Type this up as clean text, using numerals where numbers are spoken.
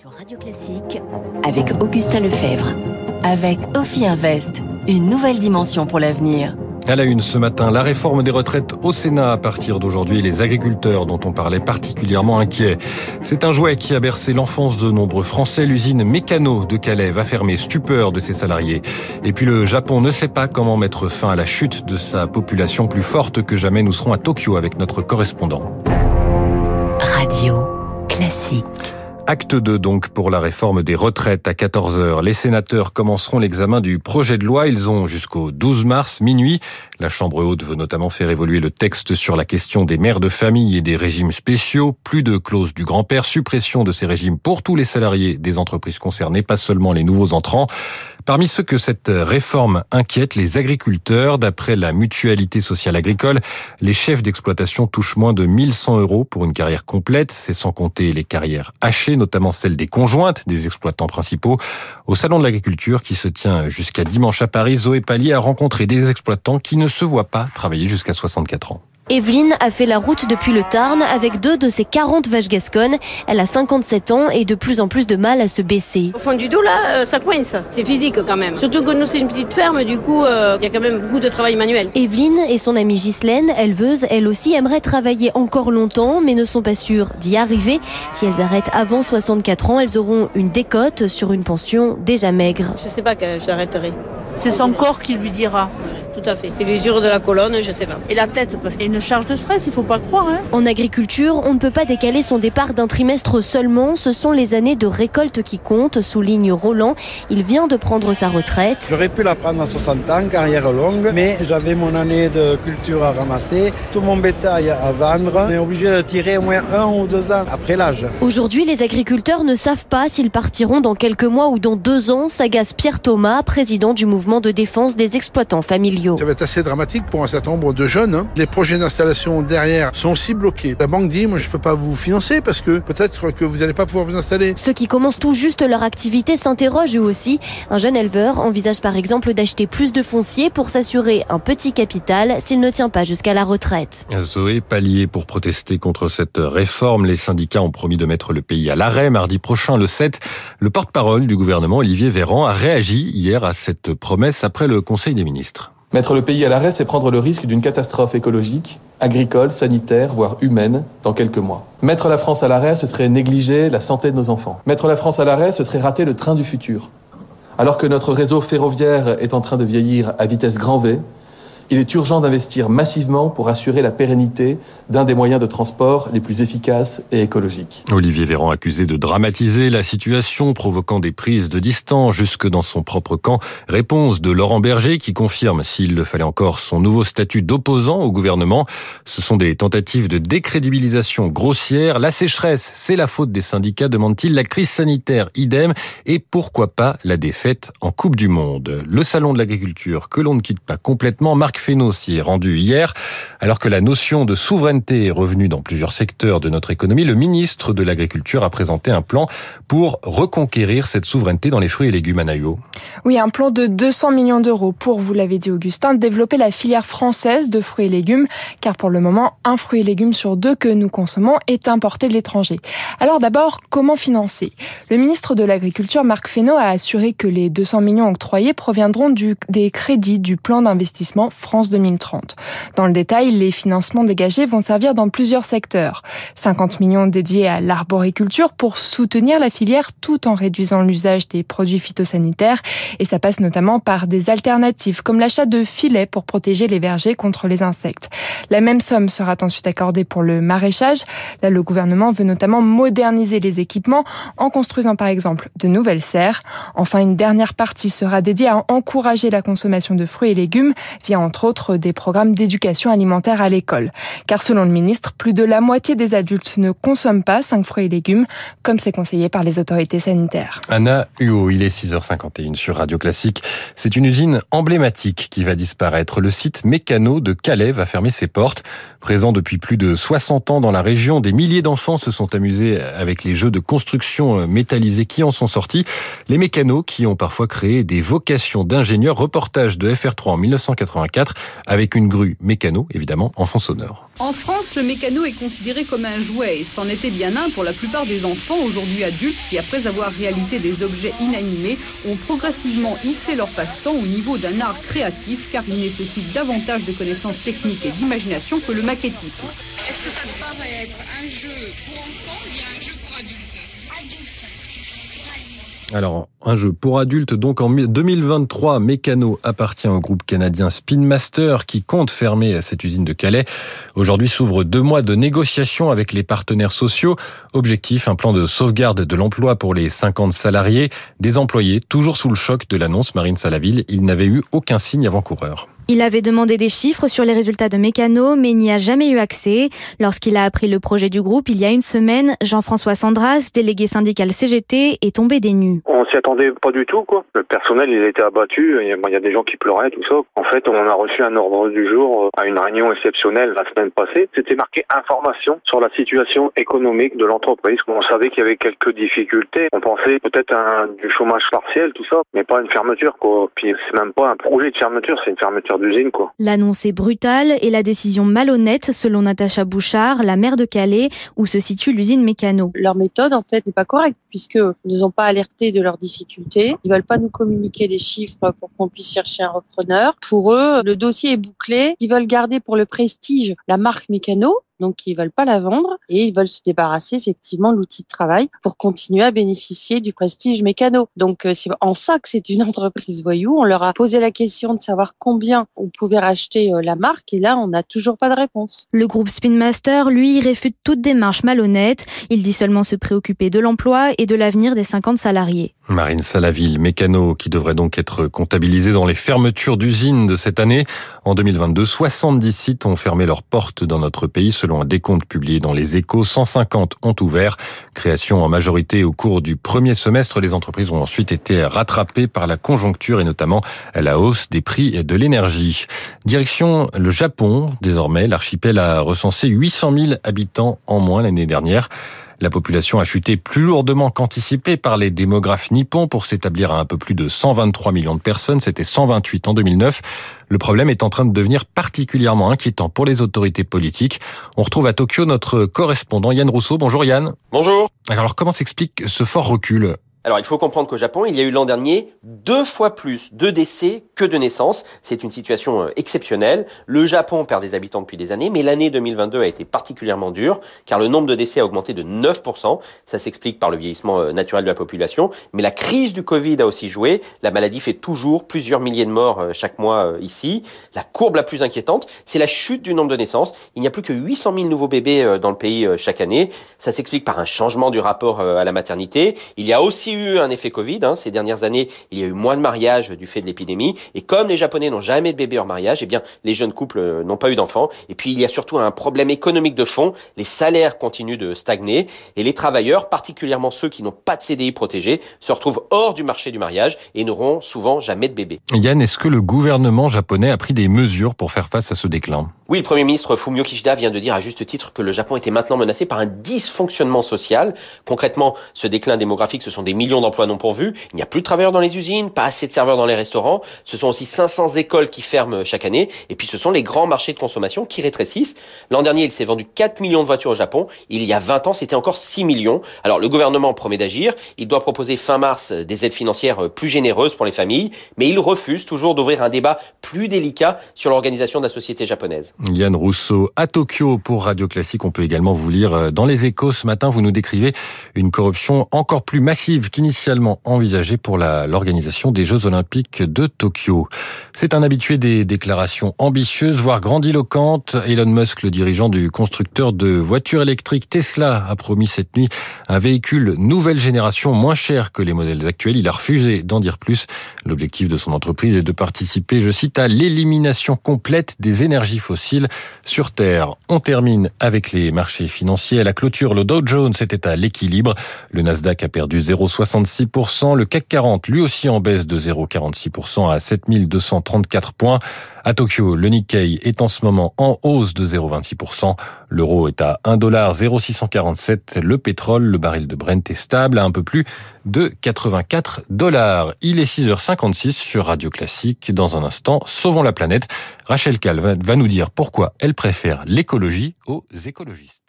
Sur Radio Classique, avec Augustin Lefebvre. Avec Ophi Invest, une nouvelle dimension pour l'avenir. À la une ce matin, la réforme des retraites au Sénat à partir d'aujourd'hui, les agriculteurs dont on parlait particulièrement inquiets. C'est un jouet qui a bercé l'enfance de nombreux Français. L'usine Mécano de Calais va fermer, stupeur de ses salariés. Et puis le Japon ne sait pas comment mettre fin à la chute de sa population plus forte que jamais. Nous serons à Tokyo avec notre correspondant. Radio Classique. Acte 2 donc pour la réforme des retraites à 14h. Les sénateurs commenceront l'examen du projet de loi. Ils ont jusqu'au 12 mars, minuit. La Chambre haute veut notamment faire évoluer le texte sur la question des mères de famille et des régimes spéciaux. Plus de clause du grand-père, suppression de ces régimes pour tous les salariés des entreprises concernées, pas seulement les nouveaux entrants. Parmi ceux que cette réforme inquiète, les agriculteurs. D'après la Mutualité sociale agricole, les chefs d'exploitation touchent moins de 1100 € pour une carrière complète. C'est sans compter les carrières hachées, notamment celles des conjointes des exploitants principaux. Au Salon de l'agriculture qui se tient jusqu'à dimanche à Paris, Zoé Pallier a rencontré des exploitants qui ne se voient pas travailler jusqu'à 64 ans. Evelyne a fait la route depuis le Tarn avec 2 de ses 40 vaches gasconnes. Elle a 57 ans et de plus en plus de mal à se baisser. Au fond du dos, là, ça coince. C'est physique quand même. Surtout que nous, c'est une petite ferme, du coup, il y a quand même beaucoup de travail manuel. Evelyne et son amie Ghislaine, éleveuse, elles aussi aimeraient travailler encore longtemps, mais ne sont pas sûres d'y arriver. Si elles arrêtent avant 64 ans, elles auront une décote sur une pension déjà maigre. Je sais pas que j'arrêterai. C'est son corps qui lui dira. Tout à fait. C'est l'usure de la colonne, je sais pas. Et la tête, parce qu'il y a une charge de stress, il faut pas croire. En agriculture, on ne peut pas décaler son départ d'un trimestre seulement. Ce sont les années de récolte qui comptent, souligne Roland. Il vient de prendre sa retraite. J'aurais pu la prendre à 60 ans, carrière longue, mais j'avais mon année de culture à ramasser, tout mon bétail à vendre. On est obligé de tirer au moins 1 ou 2 ans après l'âge. Aujourd'hui, les agriculteurs ne savent pas s'ils partiront dans quelques mois ou dans 2 ans, s'agace Pierre Thomas, président du mouvement de défense des exploitants familiaux. Ça va être assez dramatique pour un certain nombre de jeunes. Les projets d'installation derrière sont aussi bloqués. La banque dit, moi je ne peux pas vous financer parce que peut-être que vous n'allez pas pouvoir vous installer. Ceux qui commencent tout juste leur activité s'interrogent eux aussi. Un jeune éleveur envisage par exemple d'acheter plus de foncier pour s'assurer un petit capital s'il ne tient pas jusqu'à la retraite. Zoé Pallier, pour protester contre cette réforme, les syndicats ont promis de mettre le pays à l'arrêt mardi prochain, le 7. Le porte-parole du gouvernement, Olivier Véran, a réagi hier à cette promesse après le Conseil des ministres. Mettre le pays à l'arrêt, c'est prendre le risque d'une catastrophe écologique, agricole, sanitaire, voire humaine, dans quelques mois. Mettre la France à l'arrêt, ce serait négliger la santé de nos enfants. Mettre la France à l'arrêt, ce serait rater le train du futur. Alors que notre réseau ferroviaire est en train de vieillir à vitesse grand V, il est urgent d'investir massivement pour assurer la pérennité d'un des moyens de transport les plus efficaces et écologiques. Olivier Véran accusé de dramatiser la situation, provoquant des prises de distance jusque dans son propre camp. Réponse de Laurent Berger qui confirme, s'il le fallait encore, son nouveau statut d'opposant au gouvernement. Ce sont des tentatives de décrédibilisation grossière. La sécheresse, c'est la faute des syndicats, demande-t-il. La crise sanitaire, idem. Et pourquoi pas la défaite en Coupe du Monde. Le salon de l'agriculture que l'on ne quitte pas complètement. Marc Fesneau s'y est rendu hier. Alors que la notion de souveraineté est revenue dans plusieurs secteurs de notre économie, le ministre de l'Agriculture a présenté un plan pour reconquérir cette souveraineté dans les fruits et légumes. Anaïo. Oui, un plan de 200 millions d'euros pour, vous l'avez dit Augustin, développer la filière française de fruits et légumes, car pour le moment, un fruit et légume sur 2 que nous consommons est importé de l'étranger. Alors d'abord, comment financer ? Le ministre de l'Agriculture, Marc Fesneau, a assuré que les 200 millions octroyés proviendront des crédits du plan d'investissement France 2030. Dans le détail, les financements dégagés vont servir dans plusieurs secteurs. 50 millions dédiés à l'arboriculture pour soutenir la filière tout en réduisant l'usage des produits phytosanitaires. Et ça passe notamment par des alternatives comme l'achat de filets pour protéger les vergers contre les insectes. La même somme sera ensuite accordée pour le maraîchage. Là, le gouvernement veut notamment moderniser les équipements en construisant par exemple de nouvelles serres. Enfin, une dernière partie sera dédiée à encourager la consommation de fruits et légumes via entre autres des programmes d'éducation alimentaire à l'école. Car selon le ministre, plus de la moitié des adultes ne consomment pas 5 fruits et légumes, comme c'est conseillé par les autorités sanitaires. Anna Huot, il est 6h51 sur Radio Classique. C'est une usine emblématique qui va disparaître. Le site Mécano de Calais va fermer ses portes. Présent depuis plus de 60 ans dans la région, des milliers d'enfants se sont amusés avec les jeux de construction métallisés qui en sont sortis. Les mécanos qui ont parfois créé des vocations d'ingénieurs. Reportage de FR3 en 1984. 2024, avec une grue mécano, évidemment, en fond sonore. En France, le mécano est considéré comme un jouet et c'en était bien un pour la plupart des enfants aujourd'hui adultes qui, après avoir réalisé des objets inanimés, ont progressivement hissé leur passe-temps au niveau d'un art créatif car il nécessite davantage de connaissances techniques et d'imagination que le maquettisme. Est-ce que ça te paraît être un jeu pour enfants ou bien un jeu pour adultes ? Alors, un jeu pour adultes, donc en 2023, Mécano appartient au groupe canadien Spin Master qui compte fermer cette usine de Calais. Aujourd'hui s'ouvrent 2 mois de négociations avec les partenaires sociaux. Objectif, un plan de sauvegarde de l'emploi pour les 50 salariés. Des employés toujours sous le choc de l'annonce, Marine Salaville, ils n'avaient eu aucun signe avant-coureur. Il avait demandé des chiffres sur les résultats de Mécano, mais n'y a jamais eu accès. Lorsqu'il a appris le projet du groupe il y a une semaine, Jean-François Sandras, délégué syndical CGT, est tombé des nues. On s'y attendait pas du tout, quoi. Le personnel, il a été abattu. Il y a des gens qui pleuraient, tout ça. En fait, on a reçu un ordre du jour à une réunion exceptionnelle la semaine passée. C'était marqué information sur la situation économique de l'entreprise. On savait qu'il y avait quelques difficultés. On pensait peut-être du chômage partiel, tout ça, mais pas une fermeture, quoi. Puis c'est même pas un projet de fermeture, c'est une fermeture d'usine, quoi. L'annonce est brutale et la décision malhonnête, selon Natacha Bouchard, la maire de Calais, où se situe l'usine Mécano. Leur méthode, en fait, n'est pas correcte puisqu'ils ne nous ont pas alertés de leurs difficultés. Ils veulent pas nous communiquer les chiffres pour qu'on puisse chercher un repreneur. Pour eux, le dossier est bouclé. Ils veulent garder pour le prestige la marque Mécano. Donc, ils veulent pas la vendre et ils veulent se débarrasser effectivement de l'outil de travail pour continuer à bénéficier du prestige Mécano. Donc, c'est en ça que c'est une entreprise voyou. On leur a posé la question de savoir combien on pouvait racheter la marque et là, on n'a toujours pas de réponse. Le groupe Spin Master, lui, réfute toute démarche malhonnête. Il dit seulement se préoccuper de l'emploi et de l'avenir des 50 salariés. Marine Salaville, Mécano, qui devrait donc être comptabilisé dans les fermetures d'usines de cette année. En 2022, 70 sites ont fermé leurs portes dans notre pays. Selon un décompte publié dans les Échos, 150 ont ouvert. Création en majorité au cours du premier semestre. Les entreprises ont ensuite été rattrapées par la conjoncture et notamment la hausse des prix de l'énergie. Direction le Japon. Désormais, l'archipel a recensé 800 000 habitants en moins l'année dernière. La population a chuté plus lourdement qu'anticipé par les démographes nippons pour s'établir à un peu plus de 123 millions de personnes. C'était 128 en 2009. Le problème est en train de devenir particulièrement inquiétant pour les autorités politiques. On retrouve à Tokyo notre correspondant Yann Rousseau. Bonjour Yann. Bonjour. Alors comment s'explique ce fort recul ? Alors, il faut comprendre qu'au Japon, il y a eu l'an dernier 2 fois plus de décès que de naissances. C'est une situation exceptionnelle. Le Japon perd des habitants depuis des années, mais l'année 2022 a été particulièrement dure, car le nombre de décès a augmenté de 9%. Ça s'explique par le vieillissement naturel de la population. Mais la crise du Covid a aussi joué. La maladie fait toujours plusieurs milliers de morts chaque mois ici. La courbe la plus inquiétante, c'est la chute du nombre de naissances. Il n'y a plus que 800 000 nouveaux bébés dans le pays chaque année. Ça s'explique par un changement du rapport à la maternité. Il y a aussi eu un effet Covid. Ces dernières années, il y a eu moins de mariages du fait de l'épidémie. Et comme les Japonais n'ont jamais de bébés hors mariage, eh bien, les jeunes couples n'ont pas eu d'enfants. Et puis, il y a surtout un problème économique de fond. Les salaires continuent de stagner. Et les travailleurs, particulièrement ceux qui n'ont pas de CDI protégé, se retrouvent hors du marché du mariage et n'auront souvent jamais de bébé. Yann, est-ce que le gouvernement japonais a pris des mesures pour faire face à ce déclin ? Oui, le Premier ministre Fumio Kishida vient de dire à juste titre que le Japon était maintenant menacé par un dysfonctionnement social. Concrètement, ce déclin démographique, ce sont des millions d'emplois non pourvus. Il n'y a plus de travailleurs dans les usines, pas assez de serveurs dans les restaurants. Ce sont aussi 500 écoles qui ferment chaque année. Et puis ce sont les grands marchés de consommation qui rétrécissent. L'an dernier, il s'est vendu 4 millions de voitures au Japon. Il y a 20 ans, c'était encore 6 millions. Alors le gouvernement promet d'agir. Il doit proposer fin mars des aides financières plus généreuses pour les familles. Mais il refuse toujours d'ouvrir un débat plus délicat sur l'organisation de la société japonaise. Yann Rousseau à Tokyo pour Radio Classique. On peut également vous lire dans les Échos ce matin. Vous nous décrivez une corruption encore plus massive qu'initialement envisagée pour l'organisation des Jeux Olympiques de Tokyo. C'est un habitué des déclarations ambitieuses, voire grandiloquentes. Elon Musk, le dirigeant du constructeur de voitures électriques Tesla, a promis cette nuit un véhicule nouvelle génération moins cher que les modèles actuels. Il a refusé d'en dire plus. L'objectif de son entreprise est de participer, je cite, à l'élimination complète des énergies fossiles sur Terre. On termine avec les marchés financiers. À la clôture, le Dow Jones était à l'équilibre. Le Nasdaq a perdu 0,60. 0,66%. Le CAC 40, lui aussi en baisse de 0,46% à 7234 points. À Tokyo, le Nikkei est en ce moment en hausse de 0,26%. L'euro est à $1,0647. Le pétrole, le baril de Brent est stable à un peu plus de $84. Il est 6h56 sur Radio Classique. Dans un instant, sauvons la planète. Rachel Kahl va nous dire pourquoi elle préfère l'écologie aux écologistes.